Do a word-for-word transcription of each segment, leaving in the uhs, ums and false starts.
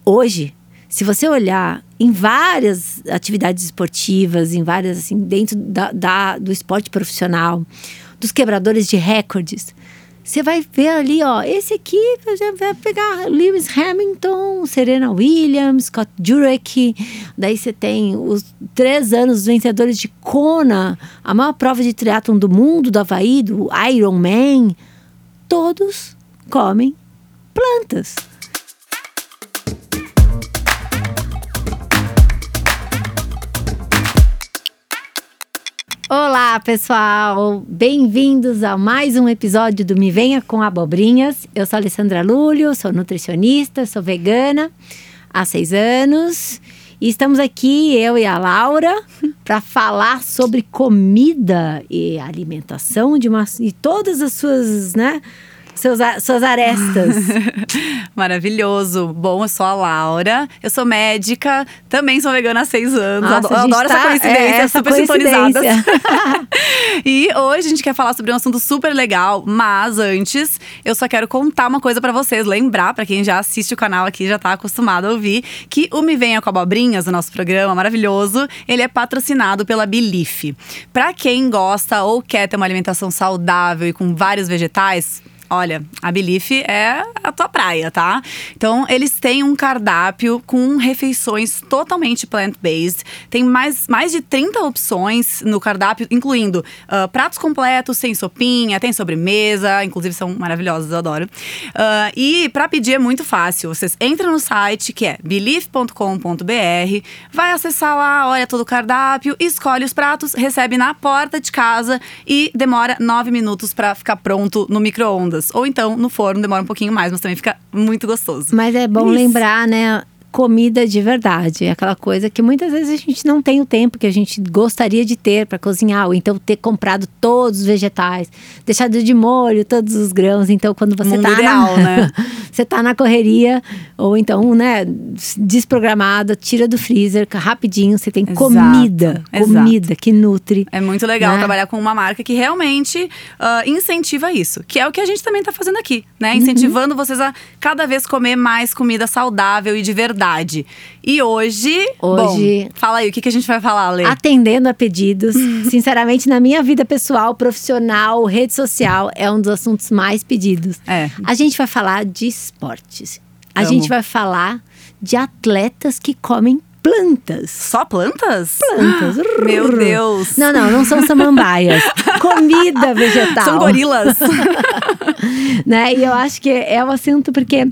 hoje, se você olhar em várias atividades esportivas, em várias, assim, dentro da, da, do esporte profissional, dos quebradores de recordes, você vai ver ali, ó, esse aqui vai pegar Lewis Hamilton, Serena Williams, Scott Jurek. Daí você tem os três anos vencedores de Kona, a maior prova de triatlon do mundo, do Havaí, do Ironman. Todos comem plantas. Olá, pessoal! Bem-vindos a mais um episódio do Me Venha com Abobrinhas. Eu sou a Alessandra Lúlio, sou nutricionista, sou vegana há seis anos. E estamos aqui, eu e a Laura, para falar sobre comida e alimentação de uma, e todas as suas, né, seus, suas arestas. Maravilhoso. Bom, eu sou a Laura, eu sou médica, também sou vegana há seis anos. Nossa, eu adoro tá, essa coincidência, é, essa super coincidência. sintonizadas. E hoje a gente quer falar sobre um assunto super legal, mas antes eu só quero contar uma coisa pra vocês, lembrar, pra quem já assiste o canal aqui, já tá acostumado a ouvir, que o Me Venha com Abobrinhas, o nosso programa maravilhoso, ele é patrocinado pela Belief. Pra quem gosta ou quer ter uma alimentação saudável e com vários vegetais, olha, a Belief é a tua praia, tá? Então, eles têm um cardápio com refeições totalmente plant-based. Tem mais, mais de trinta opções no cardápio, incluindo uh, pratos completos, sem sopinha, tem sobremesa. Inclusive, são maravilhosos, eu adoro. Uh, e pra pedir é muito fácil. Vocês entram no site, que é belief ponto com ponto b r. Vai acessar lá, olha todo o cardápio, escolhe os pratos, recebe na porta de casa e demora nove minutos pra ficar pronto no micro-ondas. Ou então, no forno, demora um pouquinho mais, mas também fica muito gostoso. Mas é bom Isso. lembrar, né? Comida de verdade, é aquela coisa que muitas vezes a gente não tem o tempo que a gente gostaria de ter para cozinhar, ou então ter comprado todos os vegetais, deixado de molho todos os grãos. Então, quando você Mundo tá ideal, na, né? você tá na correria, ou então, né, desprogramada, tira do freezer rapidinho, você tem Exato, comida, comida exato. que nutre. É muito legal, né? Trabalhar com uma marca que realmente uh, incentiva isso, que é o que a gente também tá fazendo aqui, né? Incentivando uhum. vocês a cada vez comer mais comida saudável e de verdade. E hoje, hoje bom, fala aí, o que, que a gente vai falar, Lê? Atendendo a pedidos. Sinceramente, na minha vida pessoal, profissional, rede social, é um dos assuntos mais pedidos. É. A gente vai falar de esportes. A Amo. gente vai falar de atletas que comem plantas. Só plantas? Plantas. Meu Deus. Não, não, não são samambaias. Comida vegetal. São gorilas. Né? E eu acho que é um assunto porque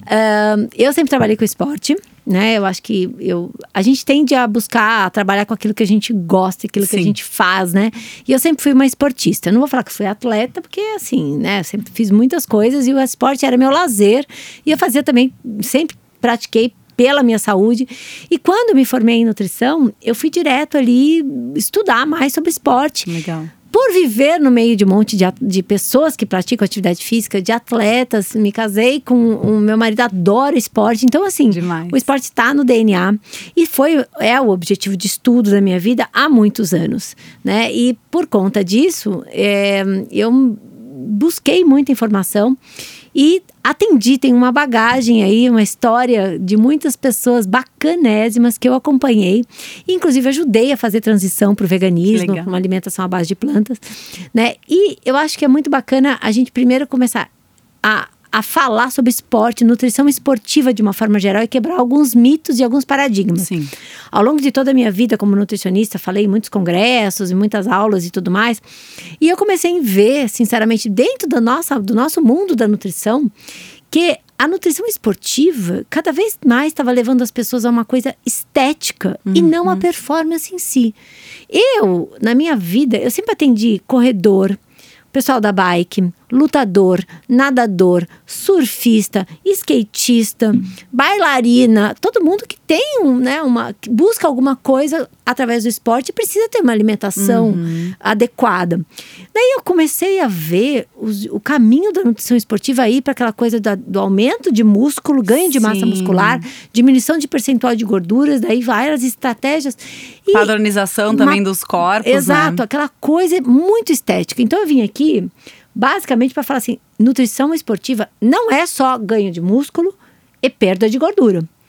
uh, eu sempre trabalhei com esporte, né? Eu acho que eu, a gente tende a buscar a trabalhar com aquilo que a gente gosta, aquilo Sim. que a gente faz, né? E eu sempre fui uma esportista. Eu não vou falar que fui atleta, porque assim, né? Eu sempre fiz muitas coisas e o esporte era meu lazer. E eu fazia também, sempre pratiquei pela minha saúde. E quando me formei em nutrição, eu fui direto ali estudar mais sobre esporte. Legal. Por viver no meio de um monte de, de pessoas que praticam atividade física, de atletas, me casei com o meu marido, adora esporte. Então, assim, Demais. O esporte está no D N A. E foi, é o objetivo de estudo da minha vida há muitos anos, né? E por conta disso, é, eu busquei muita informação e atendi, tem uma bagagem aí, uma história de muitas pessoas bacanésimas que eu acompanhei. Inclusive, ajudei a fazer transição para o veganismo, para uma alimentação à base de plantas, né? E eu acho que é muito bacana a gente primeiro começar a, a falar sobre esporte, nutrição esportiva de uma forma geral e quebrar alguns mitos e alguns paradigmas. Sim. Ao longo de toda a minha vida como nutricionista, falei em muitos congressos e muitas aulas e tudo mais. E eu comecei a ver, sinceramente, dentro da nossa, do nosso mundo da nutrição, que a nutrição esportiva cada vez mais estava levando as pessoas a uma coisa estética uhum. e não a performance em si. Eu, na minha vida, eu sempre atendi corredor, pessoal da bike, lutador, nadador, surfista, skatista, bailarina, todo mundo que tem um, né, uma, que busca alguma coisa através do esporte precisa ter uma alimentação uhum. adequada. Daí eu comecei a ver os, o caminho da nutrição esportiva aí para aquela coisa da, do aumento de músculo, ganho de Sim. massa muscular, diminuição de percentual de gorduras, daí várias estratégias. E padronização uma, também dos corpos, exato, né? Aquela coisa muito estética. Então eu vim aqui basicamente para falar assim, nutrição esportiva não é só ganho de músculo e perda de gordura.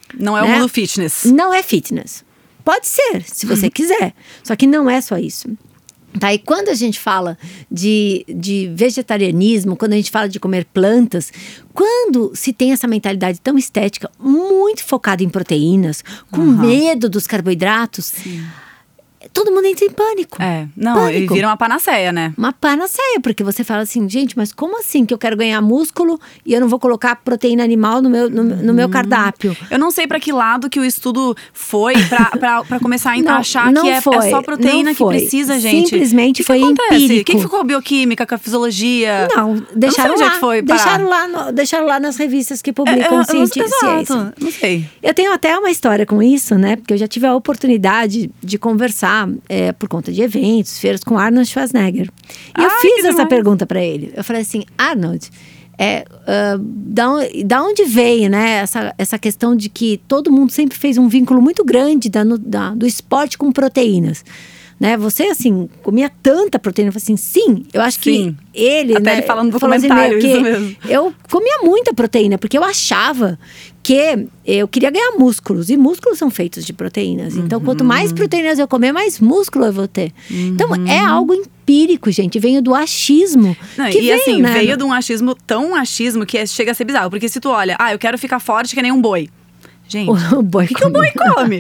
Não é né? o mundo fitness. Não é fitness. Pode ser, se você quiser. Só que não é só isso. Tá, e quando a gente fala de, de vegetarianismo, quando a gente fala de comer plantas, quando se tem essa mentalidade tão estética, muito focada em proteínas, com Uhum. medo dos carboidratos, Sim. todo mundo entra em pânico. É, não, Pânico. e vira uma panaceia, né? Uma panaceia, porque você fala assim, gente, mas como assim que eu quero ganhar músculo e eu não vou colocar proteína animal no meu, no, no meu cardápio? Eu não sei pra que lado que o estudo foi pra, pra, pra começar a Não, achar não que é, foi, é só proteína não que foi. precisa, gente. Simplesmente O que foi que acontece? empírico. O que, que ficou a bioquímica, com a fisiologia? Não, deixaram onde lá, é que foi parar. deixaram lá, no- deixaram lá nas revistas que É, publicam é, cienti- ciência. exato, não sei. Eu tenho até uma história com isso, né? Porque eu já tive a oportunidade de conversar é, por conta de eventos, feiras com Arnold Schwarzenegger. E eu Ai, fiz que essa demais. pergunta para ele. Eu falei assim, Arnold, é, ah, da, on- da onde veio, né, essa, essa questão de que todo mundo sempre fez um vínculo muito grande da, no- da- do esporte com proteínas? Né? Você, assim, comia tanta proteína. Eu falei assim, sim, eu acho Sim. que ele… Até né, ele falando no falou assim, documentário, meio isso que mesmo. eu comia muita proteína, porque eu achava que eu queria ganhar músculos. E músculos são feitos de proteínas. Então, quanto Uhum. mais proteínas eu comer, mais músculo eu vou ter. Então, é algo empírico, gente. Veio do achismo. Não, que e veio, assim, né? veio de um achismo, tão achismo que é- chega a ser bizarro. Porque se tu olha, ah, eu quero ficar forte que nem um boi. Gente, O boi o que, que o boi come?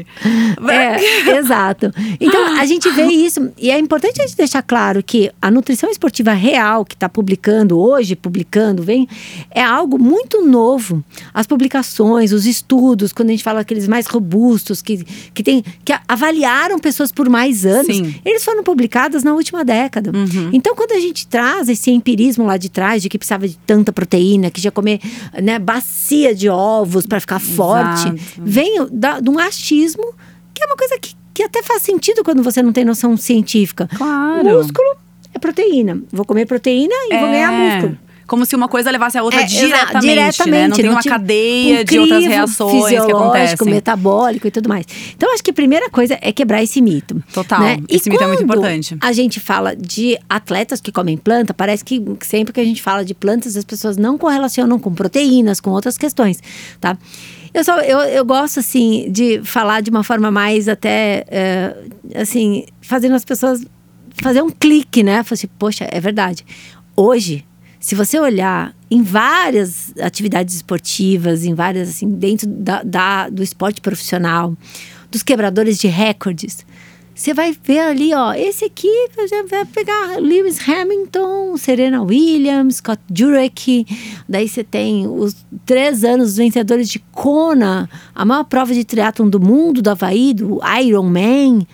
É, exato. Então, a gente vê isso. E é importante a gente deixar claro que a nutrição esportiva real, que está publicando hoje, publicando, vem, é algo muito novo. As publicações, os estudos, quando a gente fala aqueles mais robustos, que, que, tem, que avaliaram pessoas por mais anos, Sim. eles foram publicados na última década. Uhum. Então, quando a gente traz esse empirismo lá de trás, de que precisava de tanta proteína, que já comer, né, bacia de ovos para ficar forte, Exato. vem da, de um achismo, que é uma coisa que, que até faz sentido quando você não tem noção científica. Claro. Músculo é proteína. Vou comer proteína e vou ganhar músculo. Como se uma coisa levasse a outra É, diretamente, exa- diretamente, né? Não tem uma tinha cadeia um de outras crivo reações que fisiológico, acontecem. metabólico e tudo mais. Então, acho que a primeira coisa é quebrar esse mito. Total, né? esse E mito é muito quando importante. a gente fala de atletas que comem planta, parece que sempre que a gente fala de plantas, as pessoas não correlacionam com proteínas, com outras questões, tá? Eu, só, eu, eu gosto, assim, de falar de uma forma mais até, é, assim, fazendo as pessoas fazer um clique, né? Falar assim, poxa, é verdade. Hoje, se você olhar em várias atividades esportivas, em várias, assim, dentro da, da, do esporte profissional, dos quebradores de recordes, você vai ver ali, ó, esse aqui, você vai pegar Lewis Hamilton, Serena Williams, Scott Jurek, daí você tem os três anos vencedores de Kona, a maior prova de triatlon do mundo, do Havaí, do Ironman,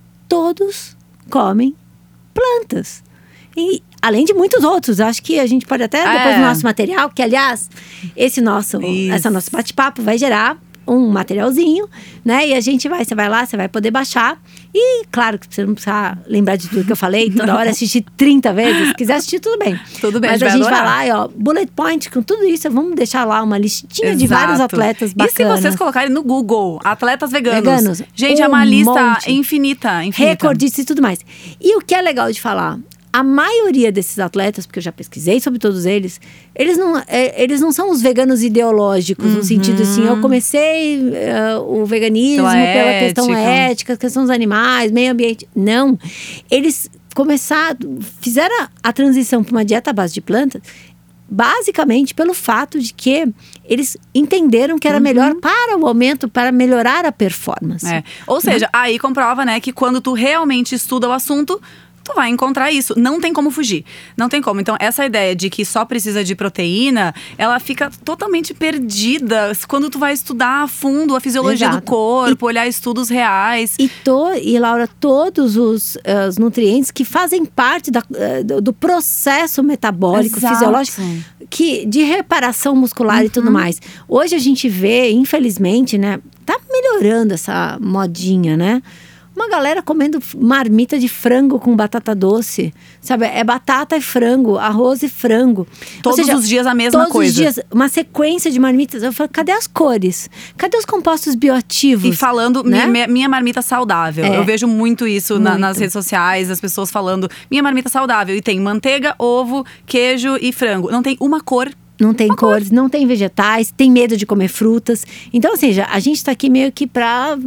todos comem plantas. E além de muitos outros, acho que a gente pode até, depois É. do nosso material, que aliás, esse nosso, Isso. essa nosso bate-papo vai gerar um materialzinho, né? E a gente vai, você vai lá, você vai poder baixar. E claro que você não precisa lembrar de tudo que eu falei, toda hora assistir trinta vezes. Se quiser assistir, tudo bem. Tudo bem, Mas a a gente gente vai vai adorar. lá e ó, bullet point com tudo isso, vamos deixar lá uma listinha de vários Exato. atletas E bacanas. se vocês colocarem no Google, atletas veganos. Veganos, Gente, é um uma lista monte. infinita, infinita. Recordistas e tudo mais. E o que é legal de falar, a maioria desses atletas, porque eu já pesquisei sobre todos eles, eles não, é, eles não são os veganos ideológicos, no sentido assim, eu comecei é, o veganismo Pela pela, questão ética. ética, questão dos animais, meio ambiente. Não. Eles começaram, fizeram a, a transição para uma dieta à base de plantas, basicamente pelo fato de que eles entenderam que era melhor para o aumento, para melhorar a performance. É. Ou seja, aí comprova, né, que quando tu realmente estuda o assunto, tu vai encontrar isso. Não tem como fugir. Não tem como. Então, essa ideia de que só precisa de proteína, ela fica totalmente perdida quando tu vai estudar a fundo a fisiologia Exato. do corpo, olhar estudos reais. E, to, e Laura, todos os, eh, os nutrientes que fazem parte da, eh, do, do processo metabólico, Exato. fisiológico, que, de reparação muscular Uhum. e tudo mais. Hoje a gente vê, infelizmente, né? Tá melhorando essa modinha, né? Uma galera comendo marmita de frango com batata doce, sabe? É batata e frango, arroz e frango. Todos Ou seja, os dias a mesma todos coisa. os dias, uma sequência de marmitas. Eu falo, cadê as cores? Cadê os compostos bioativos? E falando né? mi- minha marmita saudável. É. Eu vejo muito isso na- Muito. nas redes sociais, as pessoas falando minha marmita saudável. E tem manteiga, ovo, queijo e frango. Não tem uma cor Não tem cores, não tem vegetais, tem medo de comer frutas. Então, ou seja, a gente tá aqui meio que pra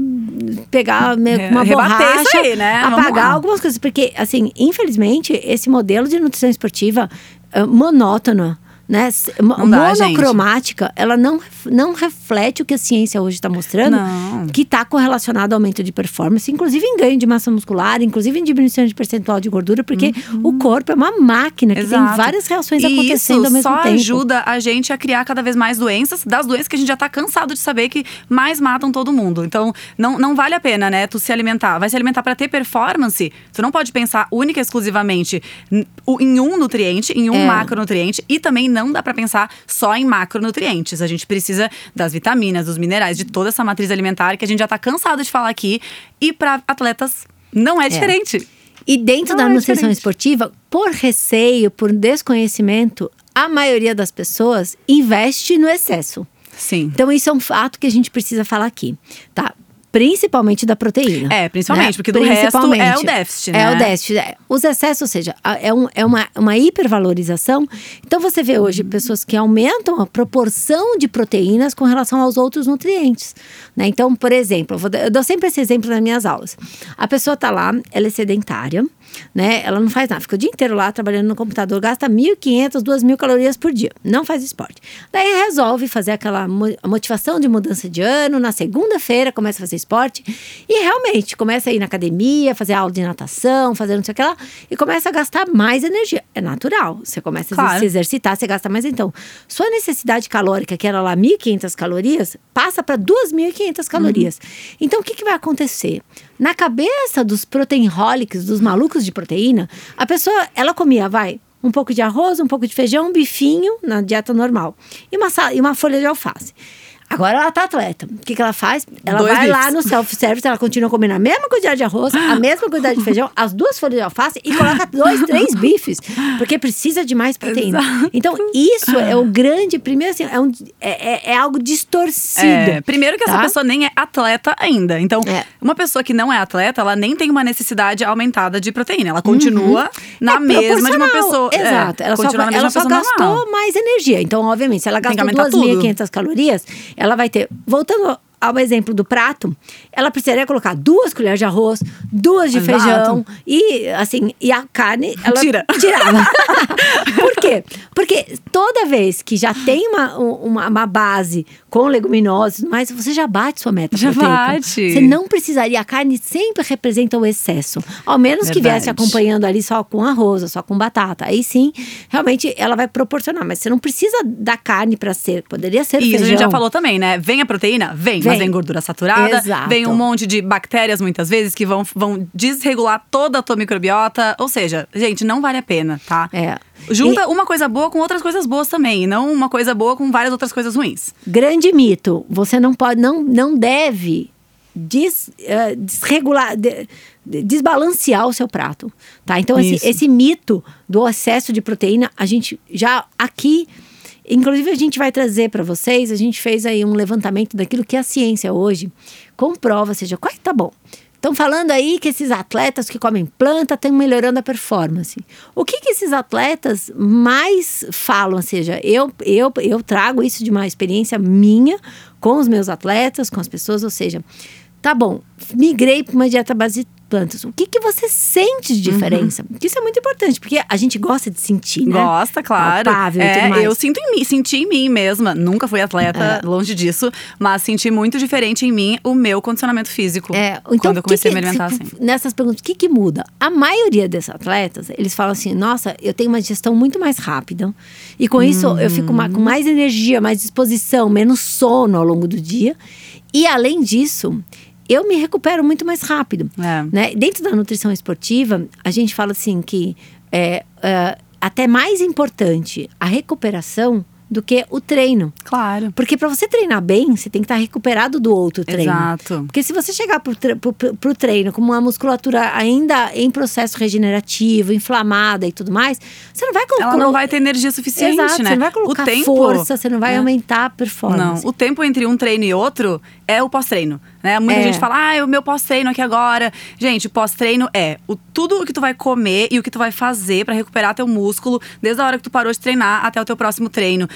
pegar meio, uma Rebater borracha, isso aí, né? apagar algumas coisas. Porque, assim, infelizmente, esse modelo de nutrição esportiva uh, monótona, né, Não dá, monocromática, gente. Ela não, não reflete o que a ciência hoje está mostrando, não. que está correlacionado ao aumento de performance, inclusive em ganho de massa muscular, inclusive em diminuição de percentual de gordura, porque uhum. o corpo é uma máquina que Exato. Tem várias reações e acontecendo ao mesmo tempo. tempo. Isso só ajuda a gente a criar cada vez mais doenças, das doenças que a gente já está cansado de saber que mais matam todo mundo. Então, não, não vale a pena, né, tu se alimentar. Vai se alimentar para ter performance, tu não pode pensar única e exclusivamente em um nutriente, em um é. macronutriente, e também não dá para pensar só em macronutrientes. A gente precisa das vitaminas, dos minerais, de toda essa matriz alimentar que a gente já tá cansado de falar aqui. E para atletas não é diferente. É. E dentro não da é nutrição diferente. Esportiva, por receio, por desconhecimento, a maioria das pessoas investe no excesso. Sim. Então isso é um fato que a gente precisa falar aqui, tá? Principalmente da proteína. É, principalmente, né? Porque do resto é o déficit, né? É o déficit. É. Os excessos, ou seja, é, um, é uma, uma hipervalorização. Então, você vê hoje pessoas que aumentam a proporção de proteínas com relação aos outros nutrientes, né? Então, por exemplo, eu, vou, eu dou sempre esse exemplo nas minhas aulas. A pessoa tá lá, ela é sedentária, né? Ela não faz nada, fica o dia inteiro lá trabalhando no computador, gasta mil e quinhentas, duas mil calorias por dia, não faz esporte. Daí resolve fazer aquela motivação de mudança de ano, na segunda-feira começa a fazer esporte e realmente começa a ir na academia, fazer aula de natação, fazer não sei o que lá e começa a gastar mais energia. É natural, você começa claro. a se exercitar, você gasta mais. Então, sua necessidade calórica, que era lá mil e quinhentas calorias, passa para duas mil e quinhentas calorias. Uhum. Então, o que, que vai acontecer? Na cabeça dos proteinholics, dos malucos de proteína, a pessoa, ela comia, vai, um pouco de arroz, um pouco de feijão, um bifinho na dieta normal e uma, e uma folha de alface. Agora ela tá atleta. O que, que ela faz? Ela Dois vai bifes. lá no self-service, ela continua comendo a mesma quantidade de arroz, a mesma quantidade de feijão, as duas folhas de alface e coloca dois, três bifes. Porque precisa de mais proteína. Exato. Então, isso é o grande… Primeiro, assim, é, um, é, é, é algo distorcido. É, primeiro que tá? essa pessoa nem é atleta ainda. Então, é. uma pessoa que não é atleta, ela nem tem uma necessidade aumentada de proteína. Ela continua uhum. na é mesma de uma pessoa… Exato. É, ela só, ela só gastou normal. mais energia. Então, obviamente, se ela gastou duas mil e quinhentas calorias, ela vai ter… Voltando ao exemplo do prato, ela precisaria colocar duas colheres de arroz, duas de Exato. feijão e assim, e a carne ela Tira. tirava. Por quê? Porque toda vez que já tem uma, uma, uma base com leguminosas, mas você já bate sua meta já proteica. bate. Você não precisaria, a carne sempre representa o excesso. Ao menos Verdade. Que viesse acompanhando ali só com arroz, ou só com batata. Aí sim, realmente ela vai proporcionar, mas você não precisa da carne para ser, poderia ser Isso feijão. a gente já falou também, né? Vem a proteína? Vem. Vem. Mas vem gordura saturada, Exato. Vem um monte de bactérias muitas vezes que vão, vão desregular toda a tua microbiota. Ou seja, gente, não vale a pena, tá? É. Junta e... uma coisa boa com outras coisas boas também, e não uma coisa boa com várias outras coisas ruins. Grande mito, você não pode, não, não deve des, uh, desregular, de, de, desbalancear o seu prato, tá? Então esse, esse mito do excesso de proteína, a gente já aqui… Inclusive, a gente vai trazer para vocês, a gente fez aí um levantamento daquilo que a ciência hoje comprova, ou seja, qual é que tá bom? Estão falando aí que esses atletas que comem planta estão melhorando a performance. O que que esses atletas mais falam? Ou seja, eu, eu, eu trago isso de uma experiência minha com os meus atletas, com as pessoas, ou seja… Tá bom, migrei para uma dieta base de plantas. O que que você sente de diferença? Uhum. Isso é muito importante, porque a gente gosta de sentir, né? Gosta, claro. Palpável é, e tudo mais. Eu sinto em mim, senti em mim mesma. Nunca fui atleta, é. longe disso. Mas senti muito diferente em mim o meu condicionamento físico. É, então, quando eu comecei que a me alimentar que, assim. Nessas perguntas, o que que muda? A maioria desses atletas, eles falam assim, nossa, eu tenho uma digestão muito mais rápida. E com isso, uhum. eu fico uma, com mais energia, mais disposição, menos sono ao longo do dia. E além disso… eu me recupero muito mais rápido. É. Né? Dentro da nutrição esportiva, a gente fala assim que é, é até mais importante a recuperação do que o treino. Claro. Porque para você treinar bem, você tem que estar recuperado do outro treino. Exato. Porque se você chegar pro, tre pro, pro treino com uma musculatura ainda em processo regenerativo, inflamada e tudo mais, você não vai colocar… Ela não vai ter energia suficiente, Exato, né? Você não vai colocar o tempo, força, você não vai é. aumentar a performance. Não, o tempo entre um treino e outro é o pós-treino. Né? Muita é. gente fala, ah, o meu pós-treino aqui agora. Gente, pós-treino é o, tudo o que tu vai comer e o que tu vai fazer pra recuperar teu músculo desde a hora que tu parou de treinar até o teu próximo treino.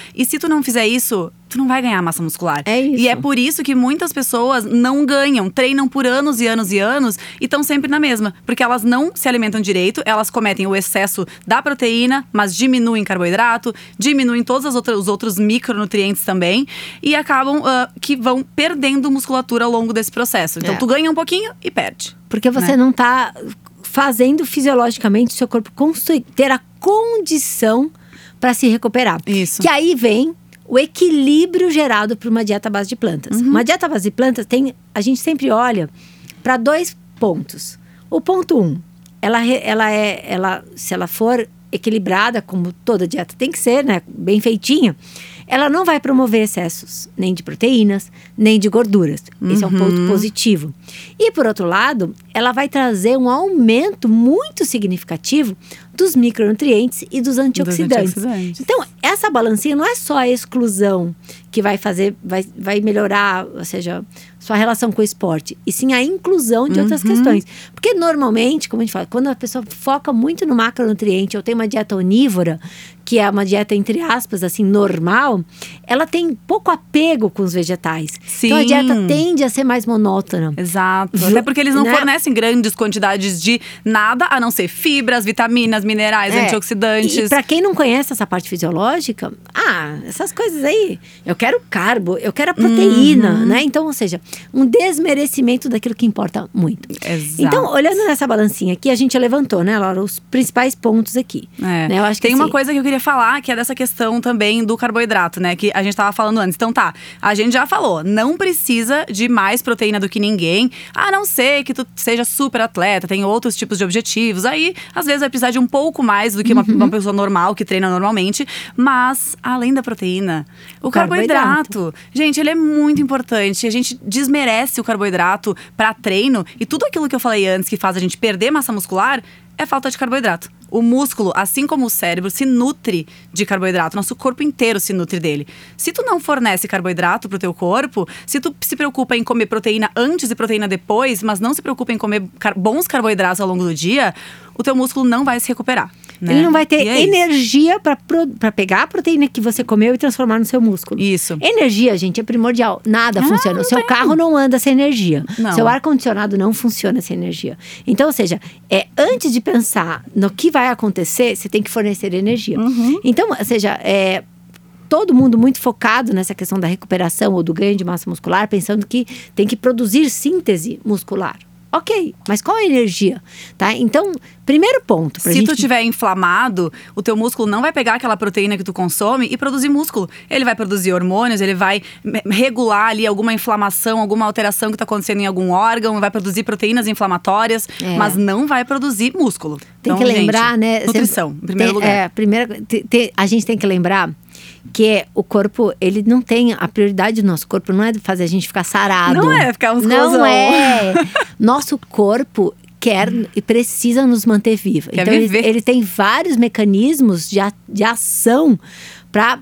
E se tu não fizer isso, tu não vai ganhar massa muscular. É isso. E é por isso que muitas pessoas não ganham, treinam por anos e anos e anos e estão sempre na mesma. Porque elas não se alimentam direito, elas cometem o excesso da proteína, mas diminuem carboidrato, diminuem todos as outras, os outros micronutrientes também. E acabam uh, que vão perdendo musculatura ao longo desse processo. Então, É. tu ganha um pouquinho e perde. Porque você né? não tá fazendo fisiologicamente o seu corpo construir, ter a condição para se recuperar. Isso. Que aí vem o equilíbrio gerado por uma dieta à base de plantas. Uhum. Uma dieta à base de plantas tem, a gente sempre olha para dois pontos. O ponto um, ela, re- ela é, ela, se ela for equilibrada, como toda dieta tem que ser, né, bem feitinha, ela não vai promover excessos, nem de proteínas, nem de gorduras. Esse é um Uhum. ponto positivo. E, por outro lado, ela vai trazer um aumento muito significativo dos micronutrientes e dos antioxidantes. Dos antioxidantes. Então, essa balancinha não é só a exclusão que vai fazer, vai, vai melhorar, ou seja, sua relação com o esporte, e sim a inclusão de outras Uhum. questões. Porque normalmente, como a gente fala, quando a pessoa foca muito no macronutriente, ou tem uma dieta onívora, que é uma dieta, entre aspas, assim, normal, ela tem pouco apego com os vegetais. Sim. Então a dieta tende a ser mais monótona. Exato. Ju- Até porque eles não né? fornecem grandes quantidades de nada, a não ser fibras, vitaminas, minerais, É. antioxidantes. E pra quem não conhece essa parte fisiológica, ah, essas coisas aí, eu quero carbo, eu quero a proteína, Uhum. né? Então, ou seja, um desmerecimento daquilo que importa muito. Exato. Então, olhando nessa balancinha aqui, a gente levantou, né, Laura, os principais pontos aqui. É. Né? Eu acho que Tem uma assim, coisa que eu queria falar, que é dessa questão também do carboidrato, né? Que a gente tava falando antes. Então tá, a gente já falou, não precisa de mais proteína do que ninguém, a não ser que tu seja super atleta, tem outros tipos de objetivos. Aí, às vezes, vai precisar de um pouco mais do que uma, Uhum. uma pessoa normal, que treina normalmente. Mas, além da proteína, o Carboidrato. carboidrato, gente, ele é muito importante. A gente desmerece o carboidrato pra treino. E tudo aquilo que eu falei antes, que faz a gente perder massa muscular, é falta de carboidrato. O músculo, assim como o cérebro, se nutre de carboidrato. Nosso corpo inteiro se nutre dele. Se tu não fornece carboidrato pro teu corpo, se tu se preocupa em comer proteína antes e proteína depois, mas não se preocupa em comer car- bons carboidratos ao longo do dia, o teu músculo não vai se recuperar. Né? ele não vai ter E é isso. energia pra pro- pra pegar a proteína que você comeu e transformar no seu músculo. Isso. Energia, gente, é primordial. Nada funciona. O seu carro não anda sem energia. Não. Seu ar-condicionado não funciona sem energia. Então, ou seja, é, antes de pensar no que vai acontecer, você tem que fornecer energia. Uhum. Então, ou seja, é, todo mundo muito focado nessa questão da recuperação ou do ganho de massa muscular, pensando que tem que produzir síntese muscular. Ok, mas qual a energia? Tá? Então, primeiro ponto. Pra Se gente... tu tiver inflamado, o teu músculo não vai pegar aquela proteína que tu consome e produzir músculo. Ele vai produzir hormônios, ele vai me- regular ali alguma inflamação, alguma alteração que tá acontecendo em algum órgão, vai produzir proteínas inflamatórias, É. mas não vai produzir músculo. Tem Então, que lembrar, gente, né? nutrição, sempre- em primeiro tem- lugar. É, primeira, te- te- a gente tem que lembrar que o corpo, ele não tem… A prioridade do nosso corpo não é fazer a gente ficar sarado. Não é ficar musculosão. Não é. Nosso corpo quer e precisa nos manter viva. Quer então, ele, viver. ele tem vários mecanismos de, a- de ação para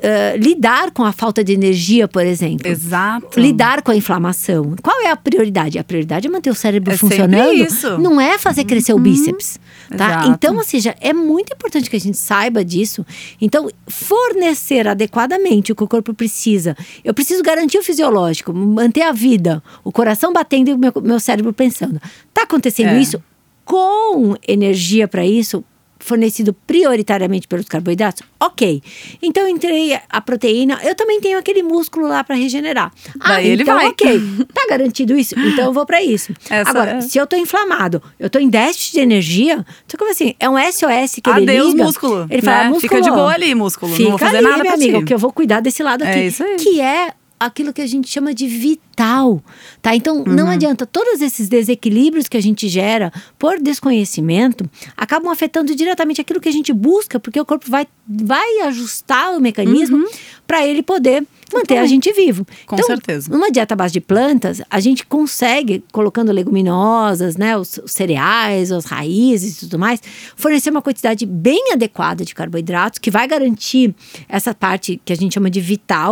lidar com a falta de energia, por exemplo. Exato. Lidar com a inflamação. Qual é a prioridade? A prioridade é manter o cérebro É sempre funcionando. isso. Não é fazer crescer o bíceps. Tá? Exato. Então, ou seja, é muito importante que a gente saiba disso. Então, fornecer adequadamente o que o corpo precisa. Eu preciso garantir o fisiológico, manter a vida, o coração batendo e o meu, meu cérebro pensando. Tá acontecendo É. isso? Com energia para isso, fornecido prioritariamente pelos carboidratos? Ok. Então, eu entrei a proteína. Eu também tenho aquele músculo lá para regenerar. Ah, Daí ele então, vai. ok. Tá garantido isso? Então, eu vou para isso. Essa Agora, é. se eu tô inflamado, eu tô em déficit de energia, então, como assim? É um S O S que ele Adeus, liga. músculo. Ele fala, né? músculo, Fica de boa ali, músculo. Fica não vou fazer ali, nada minha pra amiga, ti. que eu vou cuidar desse lado É aqui. isso aí. Que é aquilo que a gente chama de vital, tá? Então, não Uhum. adianta. Todos esses desequilíbrios que a gente gera por desconhecimento acabam afetando diretamente aquilo que a gente busca, porque o corpo vai, vai ajustar o mecanismo para ele poder manter a gente vivo. Com então, certeza. numa dieta à base de plantas, a gente consegue, colocando leguminosas, né, os, os cereais, as raízes e tudo mais, fornecer uma quantidade bem adequada de carboidratos, que vai garantir essa parte que a gente chama de vital,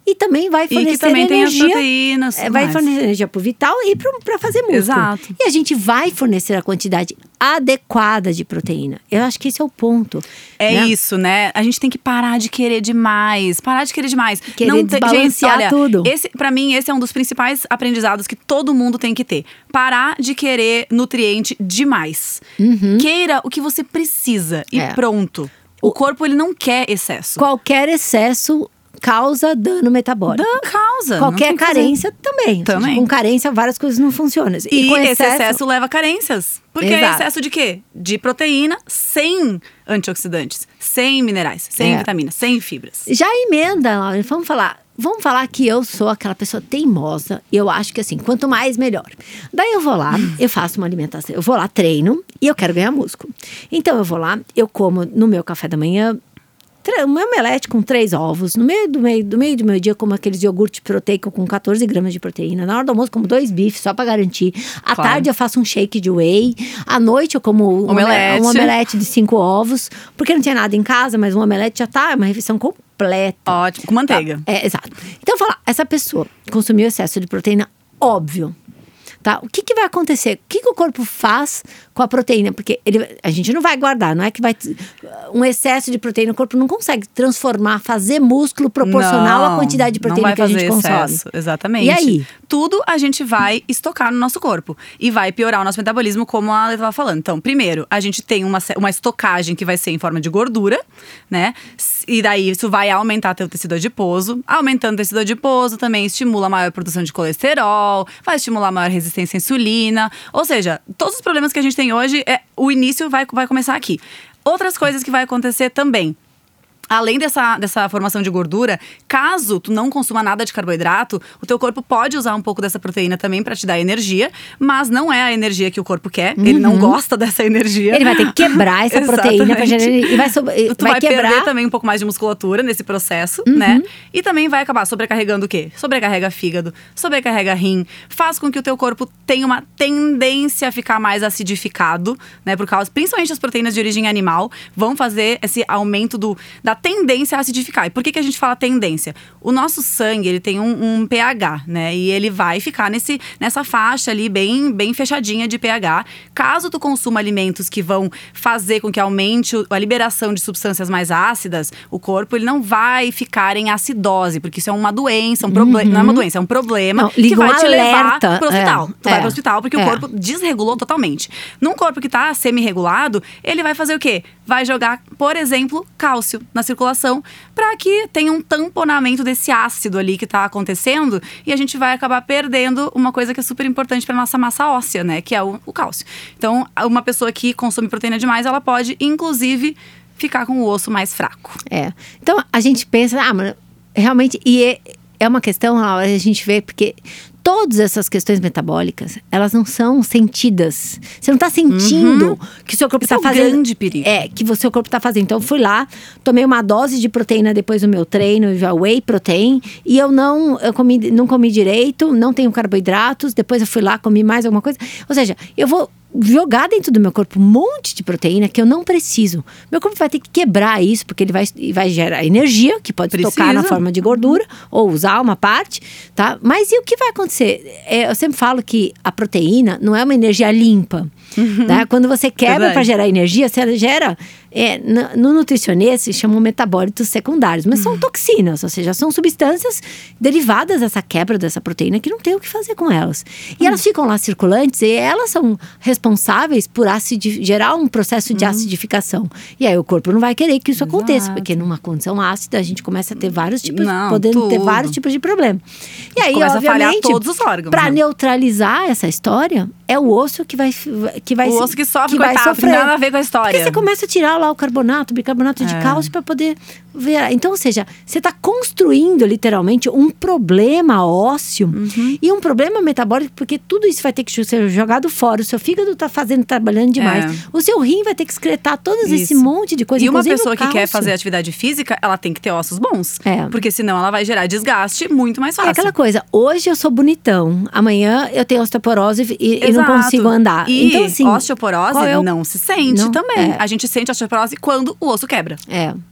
e também vai fornecer e que também energia. Tem as proteínas, é, vai fornecer energia pro vital e para fazer músculo. Exato. E a gente vai fornecer a quantidade adequada de proteína. Eu acho que esse é o ponto. É né? isso, né? A gente tem que parar de querer demais. Parar de querer demais. Querer Não desbalancear gente, olha, tudo. Esse, pra mim, esse é um dos principais aprendizados que todo mundo tem que ter. Parar de querer nutriente demais. Uhum. Queira o que você precisa e É. pronto. O corpo, ele não quer excesso. Qualquer excesso causa dano metabólico. Dano causa. Qualquer não tem que fazer. carência também. Também. Ou seja, com carência, várias coisas não funcionam. E, E, com esse excesso, excesso leva a carências. Porque é Exato. excesso de quê? De proteína sem antioxidantes, sem minerais, sem É. vitaminas, sem fibras. Já emenda, Laura, vamos falar. Vamos falar que eu sou aquela pessoa teimosa. E eu acho que assim, quanto mais, melhor. Daí eu vou lá, eu faço uma alimentação. Eu vou lá, treino e eu quero ganhar músculo. Então eu vou lá, eu como no meu café da manhã uma omelete com três ovos. No meio do meio do meio do meu dia, como aqueles iogurte proteico com quatorze gramas de proteína. Na hora do almoço, como dois bifes, só pra garantir. À Claro. tarde, eu faço um shake de whey. À noite, eu como um Omelete. um omelete de cinco ovos. Porque não tinha nada em casa, mas um omelete já tá, é uma refeição completa. Ótimo, com manteiga. É, exato. Então, fala, essa pessoa consumiu excesso de proteína, óbvio. Tá? O que, que vai acontecer? O que, que o corpo faz com a proteína? Porque ele, a gente não vai guardar, não é que vai. Um excesso de proteína, o corpo não consegue transformar, fazer músculo proporcional Não, à quantidade de proteína não vai que a gente fazer consome. excesso, exatamente. E aí? Tudo a gente vai estocar no nosso corpo. E vai piorar o nosso metabolismo, como a Ale estava falando. Então, primeiro, a gente tem uma, uma estocagem que vai ser em forma de gordura, né? E daí isso vai aumentar teu tecido adiposo. Aumentando o tecido adiposo também estimula a maior produção de colesterol, vai estimular a maior resistência à insulina. Ou seja, todos os problemas que a gente tem hoje, é, o início vai, vai começar aqui. Outras coisas que vai acontecer também. Além dessa, dessa formação de gordura, caso tu não consuma nada de carboidrato, o teu corpo pode usar um pouco dessa proteína também pra te dar energia, mas não é a energia que o corpo quer. Uhum. Ele não gosta dessa energia. Ele vai ter que quebrar essa proteína pra gerar, e vai, sobre, tu vai, vai quebrar perder também um pouco mais de musculatura nesse processo, uhum. né? E também vai acabar sobrecarregando o quê? Sobrecarrega fígado, sobrecarrega rim, faz com que o teu corpo tenha uma tendência a ficar mais acidificado, né? Por causa, principalmente as proteínas de origem animal, vão fazer esse aumento do, da tendência a acidificar. E por que, que a gente fala tendência? O nosso sangue, ele tem um, um pH, né? E ele vai ficar nesse, nessa faixa ali bem, bem fechadinha de pH. Caso tu consuma alimentos que vão fazer com que aumente a liberação de substâncias mais ácidas, o corpo ele não vai ficar em acidose, porque isso é uma doença, um problema. Uhum. Não é uma doença, é um problema não, que vai um te levar alerta. pro hospital. É, tu é, vai pro hospital porque é. o corpo desregulou totalmente. Num corpo que tá semi-regulado, ele vai fazer o quê? Vai jogar, por exemplo, cálcio na circulação para que tenha um tamponamento desse ácido ali que tá acontecendo e a gente vai acabar perdendo uma coisa que é super importante para nossa massa óssea, né? Que é o, o cálcio. Então, uma pessoa que consome proteína demais, ela pode, inclusive, ficar com o osso mais fraco. É. Então, a gente pensa, ah, mas realmente, e é, é uma questão, a gente vê, porque todas essas questões metabólicas, elas não são sentidas. Você não está sentindo uhum. que o seu corpo está fazendo. É um grande perigo. É, que o seu corpo está fazendo. Então, eu fui lá, tomei uma dose de proteína depois do meu treino, whey protein, e eu não, eu comi, não comi direito, não tenho carboidratos, depois eu fui lá, comi mais alguma coisa. Ou seja, eu vou jogar dentro do meu corpo um monte de proteína que eu não preciso. Meu corpo vai ter que quebrar isso, porque ele vai, vai gerar energia, que pode Precisa. tocar na forma de gordura, ou usar uma parte, tá? Mas e o que vai acontecer? É, eu sempre falo que a proteína não é uma energia limpa. Uhum. Tá? Quando você quebra para gerar energia, você gera… É, no, no nutricionista se chamam metabólitos secundários, mas uhum. são toxinas, ou seja, são substâncias derivadas dessa quebra dessa proteína que não tem o que fazer com elas. E uhum. elas ficam lá circulantes e elas são responsáveis por acid, gerar um processo de uhum. acidificação. E aí o corpo não vai querer que isso Exato. aconteça, porque numa condição ácida a gente começa a ter vários tipos, não, podendo tudo. ter vários tipos de problema. E aí, começa obviamente, a falhar todos os órgãos. Para né? neutralizar essa história, é o osso que vai que vai o osso que sofre, que coitado, vai sofrer. Não tem nada a ver com a história. Porque você começa a tirar lá o carbonato, o bicarbonato de é. cálcio para poder ver. Então, ou seja, você está construindo literalmente um problema ósseo uhum. e um problema metabólico, porque tudo isso vai ter que ser jogado fora. O seu fígado está fazendo, trabalhando demais. É. O seu rim vai ter que excretar todo isso. esse monte de coisa. E uma pessoa que quer fazer atividade física, ela tem que ter ossos bons. É. Porque senão ela vai gerar desgaste muito mais fácil. É aquela coisa, hoje eu sou bonitão, amanhã eu tenho osteoporose e, e não consigo andar. E então, assim, osteoporose é o... não se sente não, também. É. A gente sente osteoporose quando o osso quebra. É.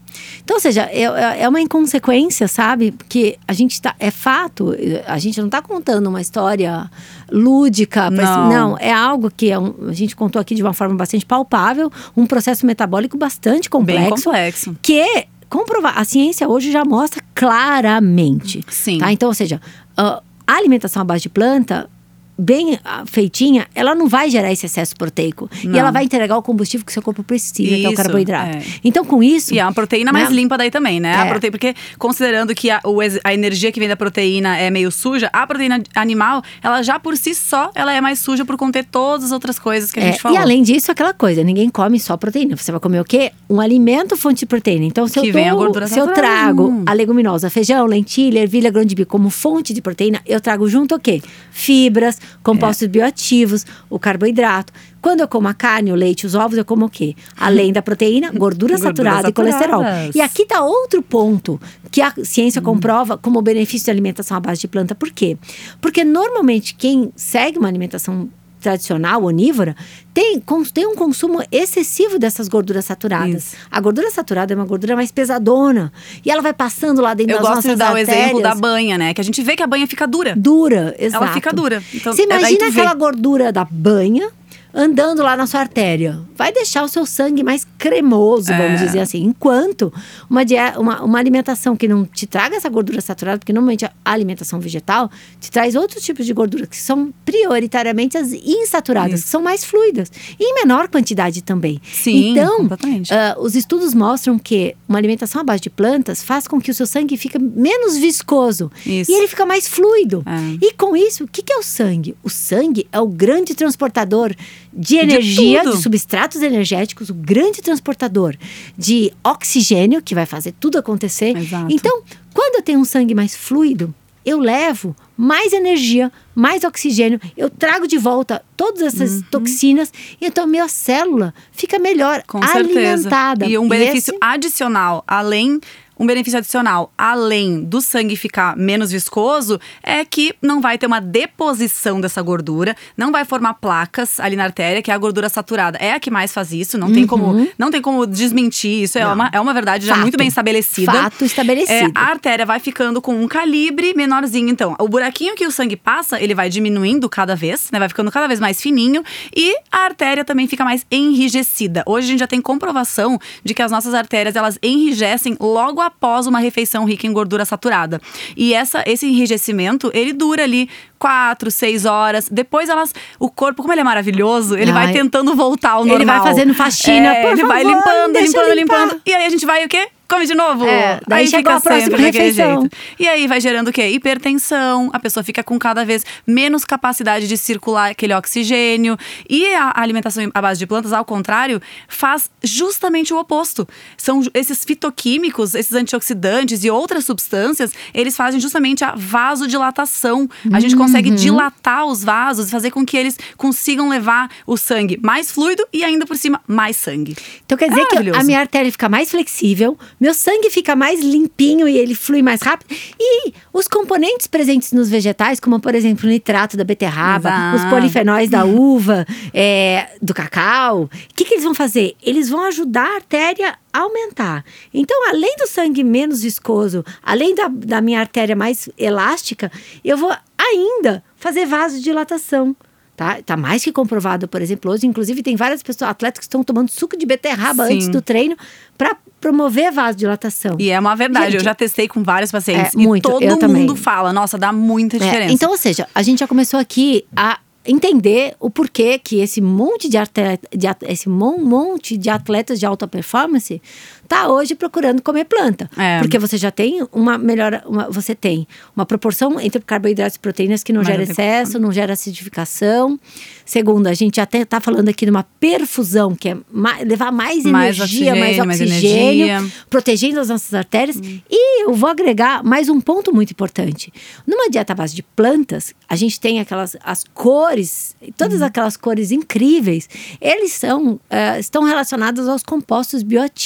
Então, ou seja, é, é uma inconsequência, sabe? Porque a gente tá. É fato, a gente não tá contando uma história lúdica. Não, não é algo que é um, a gente contou aqui de uma forma bastante palpável, um processo metabólico bastante complexo. Bem complexo. Que comprovar. A ciência hoje já mostra claramente. Sim. Tá? Então, ou seja, a alimentação à base de planta, bem feitinha, ela não vai gerar esse excesso proteico. Não. E ela vai entregar o combustível que o seu corpo precisa, isso, que é o carboidrato. É. Então, com isso… E é uma proteína né? mais limpa daí também, né? É. A proteína, porque considerando que a, o, a energia que vem da proteína é meio suja, a proteína animal, ela já por si só, ela é mais suja por conter todas as outras coisas que a é, gente falou. E além disso, aquela coisa, ninguém come só proteína. Você vai comer o quê? Um alimento fonte de proteína. Então, se, que eu, vem tô, a gordura se eu trago a leguminosa, feijão, lentilha, ervilha, grão de bico como fonte de proteína, eu trago junto o quê? Fibras, compostos é. bioativos, o carboidrato. Quando eu como a carne, o leite, os ovos, eu como o quê? Além da proteína, gordura saturada e colesterol. E aqui está outro ponto que a ciência hum. comprova como benefício da alimentação à base de planta. Por quê? Porque normalmente quem segue uma alimentação tradicional, onívora, tem, tem um consumo excessivo dessas gorduras saturadas. Isso. A gordura saturada é uma gordura mais pesadona. E ela vai passando lá dentro Eu das nossas artérias. Eu gosto de dar artérias. o exemplo da banha, né? Que a gente vê que a banha fica dura. Dura, exato. Ela fica dura. Então, você imagina aquela vê. gordura da banha andando lá na sua artéria. Vai deixar o seu sangue mais cremoso, é. vamos dizer assim. Enquanto uma, dieta, uma, uma alimentação que não te traga essa gordura saturada, porque normalmente a alimentação vegetal te traz outros tipos de gordura, que são prioritariamente as insaturadas, Isso. que são mais fluidas. E em menor quantidade também. Sim, então, completamente. Uh, os estudos mostram que uma alimentação à base de plantas faz com que o seu sangue fique menos viscoso. Isso. E ele fica mais fluido. É. E com isso, o que, que é o sangue? O sangue é o grande transportador de energia, de, de substratos energéticos, o grande transportador de oxigênio, que vai fazer tudo acontecer. Exato. Então, quando eu tenho um sangue mais fluido, eu levo mais energia, mais oxigênio, eu trago de volta todas essas uhum. toxinas, e então minha célula fica melhor Com alimentada. Certeza. E um benefício esse... adicional, além… Um benefício adicional, além do sangue ficar menos viscoso, é que não vai ter uma deposição dessa gordura, não vai formar placas ali na artéria, que é a gordura saturada. É a que mais faz isso, não, uhum. tem, como, não tem como desmentir isso, é uma, é uma verdade já Fato. muito bem estabelecida. Fato estabelecido. É, a artéria vai ficando com um calibre menorzinho, então. O buraquinho que o sangue passa, ele vai diminuindo cada vez, né? Vai ficando cada vez mais fininho, e a artéria também fica mais enrijecida. Hoje a gente já tem comprovação de que as nossas artérias, elas enrijecem logo após uma refeição rica em gordura saturada. E essa, esse enrijecimento, ele dura ali quatro, seis horas. Depois elas, o corpo, como ele é maravilhoso, ele Ai. vai tentando voltar ao normal. Ele vai fazendo faxina, é, por Ele favor, vai limpando, limpando, limpar. limpando. E aí a gente vai o quê? Come de novo. É, daí aí chegou fica a próxima sempre daquele refeição. jeito. E aí vai gerando o quê? Hipertensão. A pessoa fica com cada vez menos capacidade de circular aquele oxigênio. E a alimentação à base de plantas, ao contrário, faz justamente o oposto. São esses fitoquímicos, esses antioxidantes e outras substâncias, eles fazem justamente a vasodilatação. A gente consegue uhum. dilatar os vasos, fazer com que eles consigam levar o sangue mais fluido e ainda por cima mais sangue. Então quer dizer que a minha artéria fica mais flexível, meu sangue fica mais limpinho e ele flui mais rápido. E os componentes presentes nos vegetais, como por exemplo o nitrato da beterraba, Exato. os polifenóis da uva, é, do cacau, o que, que eles vão fazer? Eles vão ajudar a artéria a aumentar. Então, além do sangue menos viscoso, além da, da minha artéria mais elástica, eu vou ainda fazer vasodilatação. Tá? Tá mais que comprovado, por exemplo, hoje, inclusive, tem várias pessoas, atletas que estão tomando suco de beterraba Sim. antes do treino para promover a vasodilatação. E é uma verdade, gente, eu já testei com vários pacientes é, muito, e todo eu mundo também. fala, nossa, dá muita diferença. É, então, ou seja, a gente já começou aqui a entender o porquê que esse monte de, atleta, de esse monte de atletas de alta performance tá hoje procurando comer planta. É. Porque você já tem uma melhor, uma, você tem uma proporção entre carboidratos e proteínas que não Mas gera excesso, tem... não gera acidificação. Segundo, a gente até tá falando aqui de uma perfusão, que é ma- levar mais, mais energia, oxigênio, mais oxigênio, mais protegendo as nossas artérias. Hum. E eu vou agregar mais um ponto muito importante. Numa dieta à base de plantas, a gente tem aquelas as cores, todas hum. aquelas cores incríveis, eles são, uh, estão relacionados aos compostos bioativos,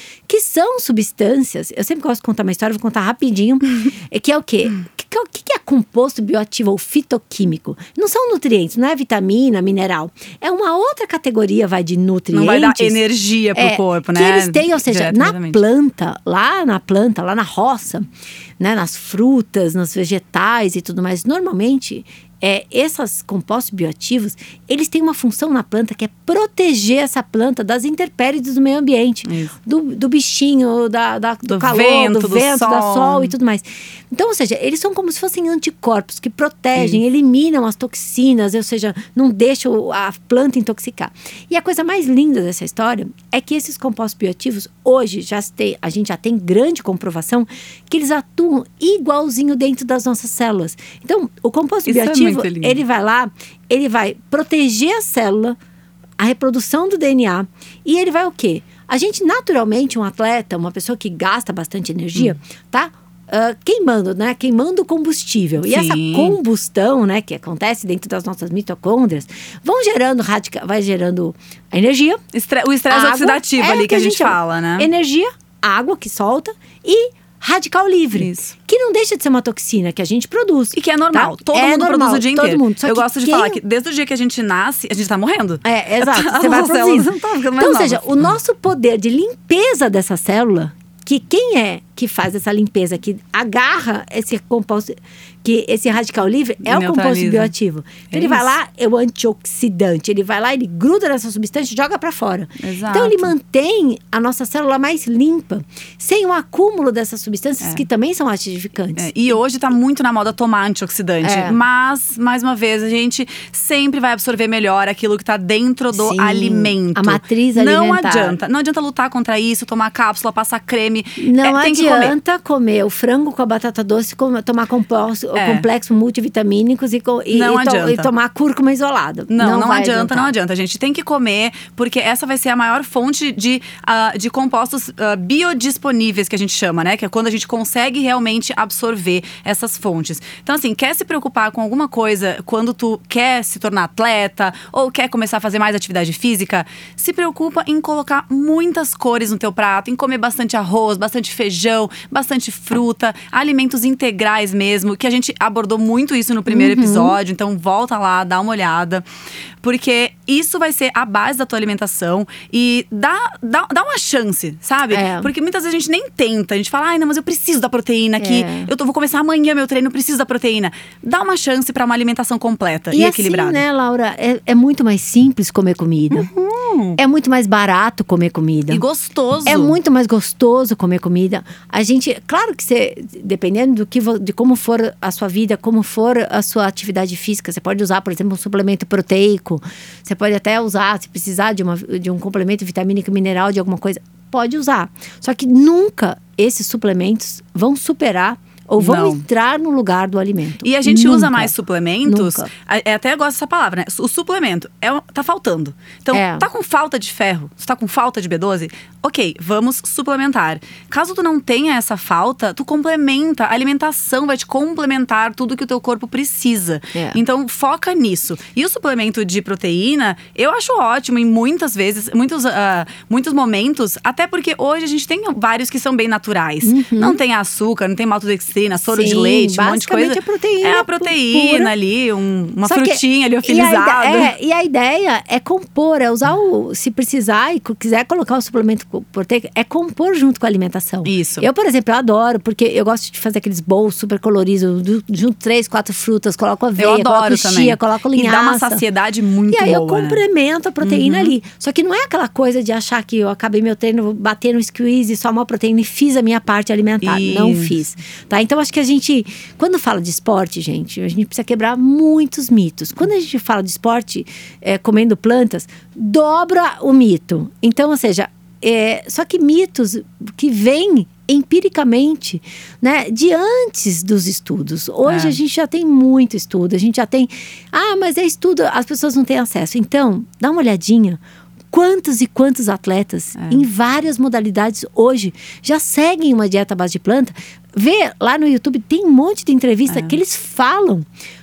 que são substâncias. Eu sempre gosto de contar uma história, vou contar rapidinho. Que é o quê? O que é composto bioativo ou fitoquímico? Não são nutrientes, não é vitamina, mineral. É uma outra categoria, vai, de nutrientes. Não vai dar energia pro é, corpo, né? Que eles têm, ou seja, na planta, lá na planta, lá na roça, né, nas frutas, nos vegetais e tudo mais, normalmente… É, esses compostos bioativos, eles têm uma função na planta que é proteger essa planta das intempéries do meio ambiente. Do, do bichinho, da, da, do, do calor, vento, do vento, do da sol e tudo mais. Então, ou seja, eles são como se fossem anticorpos que protegem, Isso. eliminam as toxinas, ou seja, não deixam a planta intoxicar. E a coisa mais linda dessa história é que esses compostos bioativos, hoje, já tem, a gente já tem grande comprovação que eles atuam igualzinho dentro das nossas células. Então, o composto Isso bioativo… É ele vai lá, ele vai proteger a célula, a reprodução do D N A, e ele vai o quê? A gente, naturalmente, um atleta, uma pessoa que gasta bastante energia, hum. tá uh, queimando, né? Queimando o combustível. Sim. E essa combustão, né, que acontece dentro das nossas mitocôndrias, vão gerando, radica- vai gerando a energia. Estre- o estresse oxidativo é ali que, que a gente, gente fala, né? Energia, água que solta e… radical livre, Isso. que não deixa de ser uma toxina que a gente produz. E que é normal, tá? todo é mundo normal, produz o dia todo inteiro. Mundo. Eu gosto de quem… falar que desde o dia que a gente nasce, a gente tá morrendo. É, exato, você vai produzindo. Não tá ficando mais então, ou seja, o nosso poder de limpeza dessa célula, que quem é que faz essa limpeza, que agarra esse composto, que esse radical livre, é o composto bioativo. Então, é ele isso. vai lá, é o antioxidante, ele vai lá, ele gruda nessa substância e joga para fora. Exato. Então, ele mantém a nossa célula mais limpa, sem o acúmulo dessas substâncias é. que também são acidificantes. É. E hoje tá muito na moda tomar antioxidante, é. mas, mais uma vez, a gente sempre vai absorver melhor aquilo que tá dentro do Sim, alimento. A matriz alimentar. Não adianta, não adianta lutar contra isso, tomar cápsula, passar creme. Não é, tem adianta comer. comer o frango com a batata doce, tomar composto, é. complexo multivitamínicos e, e, não e, to, e tomar cúrcuma isolada. Não, não, não adianta, adiantar. não adianta. A gente tem que comer, porque essa vai ser a maior fonte de, uh, de compostos uh, biodisponíveis, que a gente chama, né? Que é quando a gente consegue realmente absorver essas fontes. Então, assim, quer se preocupar com alguma coisa quando tu quer se tornar atleta ou quer começar a fazer mais atividade física, se preocupa em colocar muitas cores no teu prato, em comer bastante arroz, bastante feijão, bastante fruta, alimentos integrais mesmo, que a gente abordou muito isso no primeiro uhum. episódio, então volta lá, dá uma olhada, porque isso vai ser a base da tua alimentação e dá, dá, dá uma chance, sabe? É. Porque muitas vezes a gente nem tenta, a gente fala, ai não, mas eu preciso da proteína aqui, é. eu tô, vou começar amanhã meu treino, eu preciso da proteína. Dá uma chance pra uma alimentação completa e, e equilibrada. Assim, né, Laura, é, é muito mais simples comer comida. Uhum. É muito mais barato comer comida. E gostoso. É muito mais gostoso comer comida. A gente, claro que você, dependendo do que, de como for a sua vida, como for a sua atividade física, você pode usar, por exemplo, um suplemento proteico. Você pode até usar, se precisar de, uma, de um complemento vitamínico, mineral, de alguma coisa, pode usar. Só que nunca esses suplementos vão superar ou vão Não. entrar no lugar do alimento. E a gente Nunca. usa mais suplementos. Nunca. É, até gosto dessa palavra, né? O suplemento é, tá faltando. Então, é. tá com falta de ferro, você tá com falta de B doze, ok, vamos suplementar. Caso tu não tenha essa falta, tu complementa. A alimentação vai te complementar tudo que o teu corpo precisa. É. Então, foca nisso. E o suplemento de proteína, eu acho ótimo em muitas vezes, muitos, uh, muitos momentos, até porque hoje a gente tem vários que são bem naturais. Uhum. Não tem açúcar, não tem maltodextrina, soro Sim, de leite, um monte de coisa. É a proteína. É a proteína pura. ali, um, uma Só frutinha que, ali ofilizada. E a, é, e a ideia é compor, é usar o… Se precisar e quiser colocar o suplemento proteico, é compor junto com a alimentação. Isso. Eu, por exemplo, eu adoro, porque eu gosto de fazer aqueles bowls super coloridos, junto três, quatro frutas, coloco aveia, eu adoro coloco também. chia, coloco linhaça. E dá uma saciedade muito boa. E aí boa, eu complemento né? a proteína uhum. ali. Só que não é aquela coisa de achar que eu acabei meu treino, vou bater no squeeze, só uma proteína e fiz a minha parte alimentar. Isso. Não fiz. Tá? Então, acho que a gente… Quando fala de esporte, gente, a gente precisa quebrar muitos mitos. Quando a gente fala de esporte, é, comendo plantas, dobra o mito. Então, ou seja… É, só que mitos que vêm empiricamente, né, de antes dos estudos. Hoje é. a gente já tem muito estudo, a gente já tem… Ah, mas é estudo, as pessoas não têm acesso. Então, dá uma olhadinha. Quantos e quantos atletas, é. em várias modalidades hoje, já seguem uma dieta à base de planta. Vê, lá no YouTube tem um monte de entrevista é. que eles falam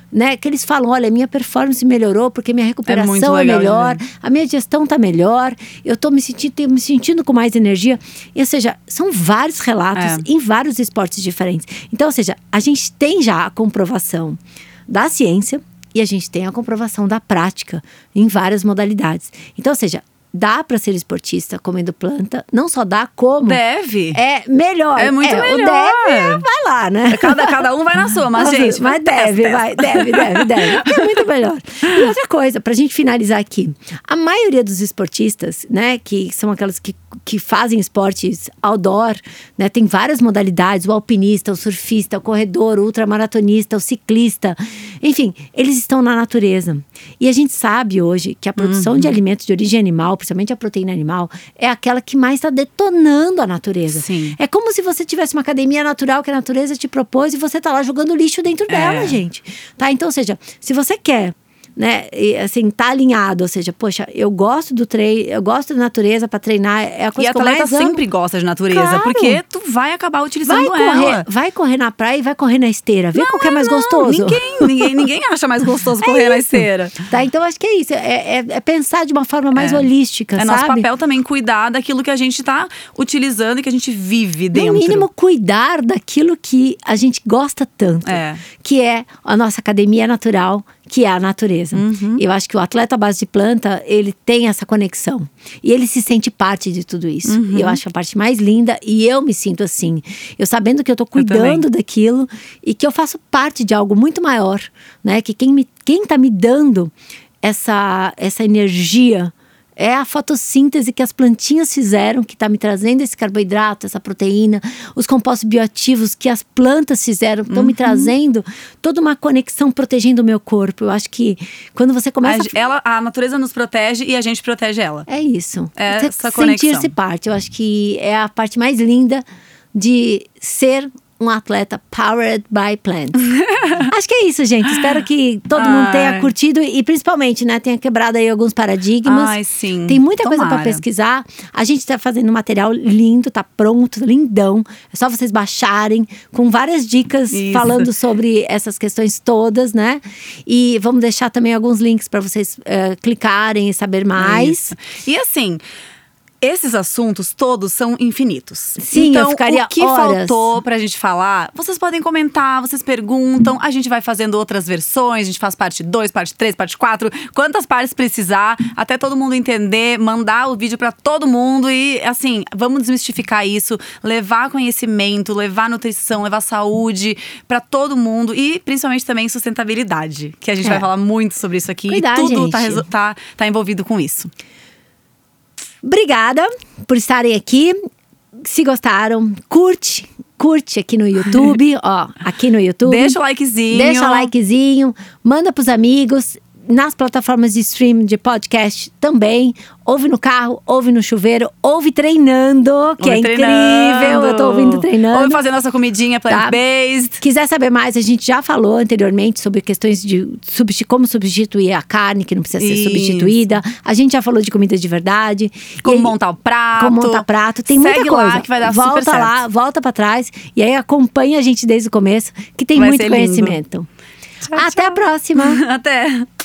né? Que eles falam, olha, minha performance melhorou porque minha recuperação muito é legal, melhor, né? a minha digestão tá melhor, eu tô me sentindo, me sentindo com mais energia. E, ou seja, são vários relatos É. em vários esportes diferentes. Então, ou seja, a gente tem já a comprovação da ciência e a gente tem a comprovação da prática em várias modalidades. Então, ou seja, dá para ser esportista comendo planta, não só dá, como Deve. é melhor. É muito O melhor. deve, é, vai lá, né? Cada, cada um vai na sua, mas, Nossa, gente, mas testa, deve, testa. vai, deve, deve, deve. É muito melhor. E outra coisa, pra gente finalizar aqui. A maioria dos esportistas, né, que são aquelas que, que fazem esportes outdoor, né, tem várias modalidades, o alpinista, o surfista, o corredor, o ultramaratonista, o ciclista, enfim, eles estão na natureza. E a gente sabe hoje que a produção Uhum. de alimentos de origem animal, principalmente a proteína animal, é aquela que mais está detonando a natureza. Sim. É como se você tivesse uma academia natural que a natureza te propôs e você tá lá jogando lixo dentro dela, É. gente. Tá? Então, ou seja, se você quer, né, e, assim, tá alinhado, ou seja, poxa, eu gosto do treino, eu gosto da natureza para treinar, é a E coisa a que eu atleta mais amo. sempre gosta de natureza, Claro. porque tu vai acabar utilizando Vai correr, ela. vai correr na praia e vai correr na esteira. Vê qual que é mais gostoso. Ninguém, ninguém, ninguém acha mais gostoso correr na esteira. Tá? Então, acho que é isso. É, é- é pensar de uma forma mais holística, É sabe? nosso papel também cuidar daquilo que a gente tá utilizando e que a gente vive dentro. No mínimo, cuidar daquilo que a gente gosta tanto. É. Que é a nossa academia natural, que é a natureza. Uhum. Eu acho que o atleta à base de planta, ele tem essa conexão. E ele se sente parte de tudo isso. Uhum. E eu acho a parte mais linda. E eu me sinto assim. Eu sabendo que eu tô cuidando daquilo. E que eu faço parte de algo muito maior. Né? Que quem, me, quem tá me dando essa, essa energia é a fotossíntese que as plantinhas fizeram, que está me trazendo esse carboidrato, essa proteína, os compostos bioativos que as plantas fizeram, estão Uhum. me trazendo toda uma conexão protegendo o meu corpo. Eu acho que quando você começa A, ela, a natureza nos protege e a gente protege ela. a... É isso. É Você essa conexão. sentir-se parte. Eu acho que é a parte mais linda de ser um atleta powered by plants. Acho que é isso, gente. Espero que todo mundo Ai. tenha curtido e principalmente, né, tenha quebrado aí alguns paradigmas. Ai, sim. Tem muita coisa Tomara. para pesquisar. A gente tá fazendo um material lindo, tá pronto, lindão. É só vocês baixarem com várias dicas Isso. falando sobre essas questões todas, né? E vamos deixar também alguns links para vocês eh, clicarem e saber mais. Isso. E assim, esses assuntos todos são infinitos. Sim, então, eu ficaria o que horas. faltou pra gente falar, vocês podem comentar, vocês perguntam. A gente vai fazendo outras versões, a gente faz parte dois, parte três, parte quatro. Quantas partes precisar, até todo mundo entender, mandar o vídeo pra todo mundo. E assim, vamos desmistificar isso, levar conhecimento, levar nutrição, levar saúde pra todo mundo. E principalmente também sustentabilidade, que a gente É. vai falar muito sobre isso aqui. Cuidar, e tudo tá, gente. reso- tá, tá envolvido com isso. Obrigada por estarem aqui. Se gostaram, curte, curte aqui no YouTube, ó, aqui no YouTube. Deixa o likezinho. Deixa o likezinho, manda pros amigos. Nas plataformas de stream de podcast também. Ouve no carro, ouve no chuveiro, ouve treinando, que Ouve é treinando. incrível. Eu tô ouvindo treinando. Ouve fazendo nossa comidinha plant-based. Quiser saber mais, a gente já falou anteriormente sobre questões de substi- como substituir a carne, que não precisa ser Isso. substituída. A gente já falou de comida de verdade. Como E aí- montar o prato. Como montar prato. Tem Segue muita coisa. lá que vai dar volta super lá, certo. volta pra trás. E aí acompanha a gente desde o começo, que tem Vai muito ser lindo. conhecimento. Tchau, Até tchau. a próxima! Até.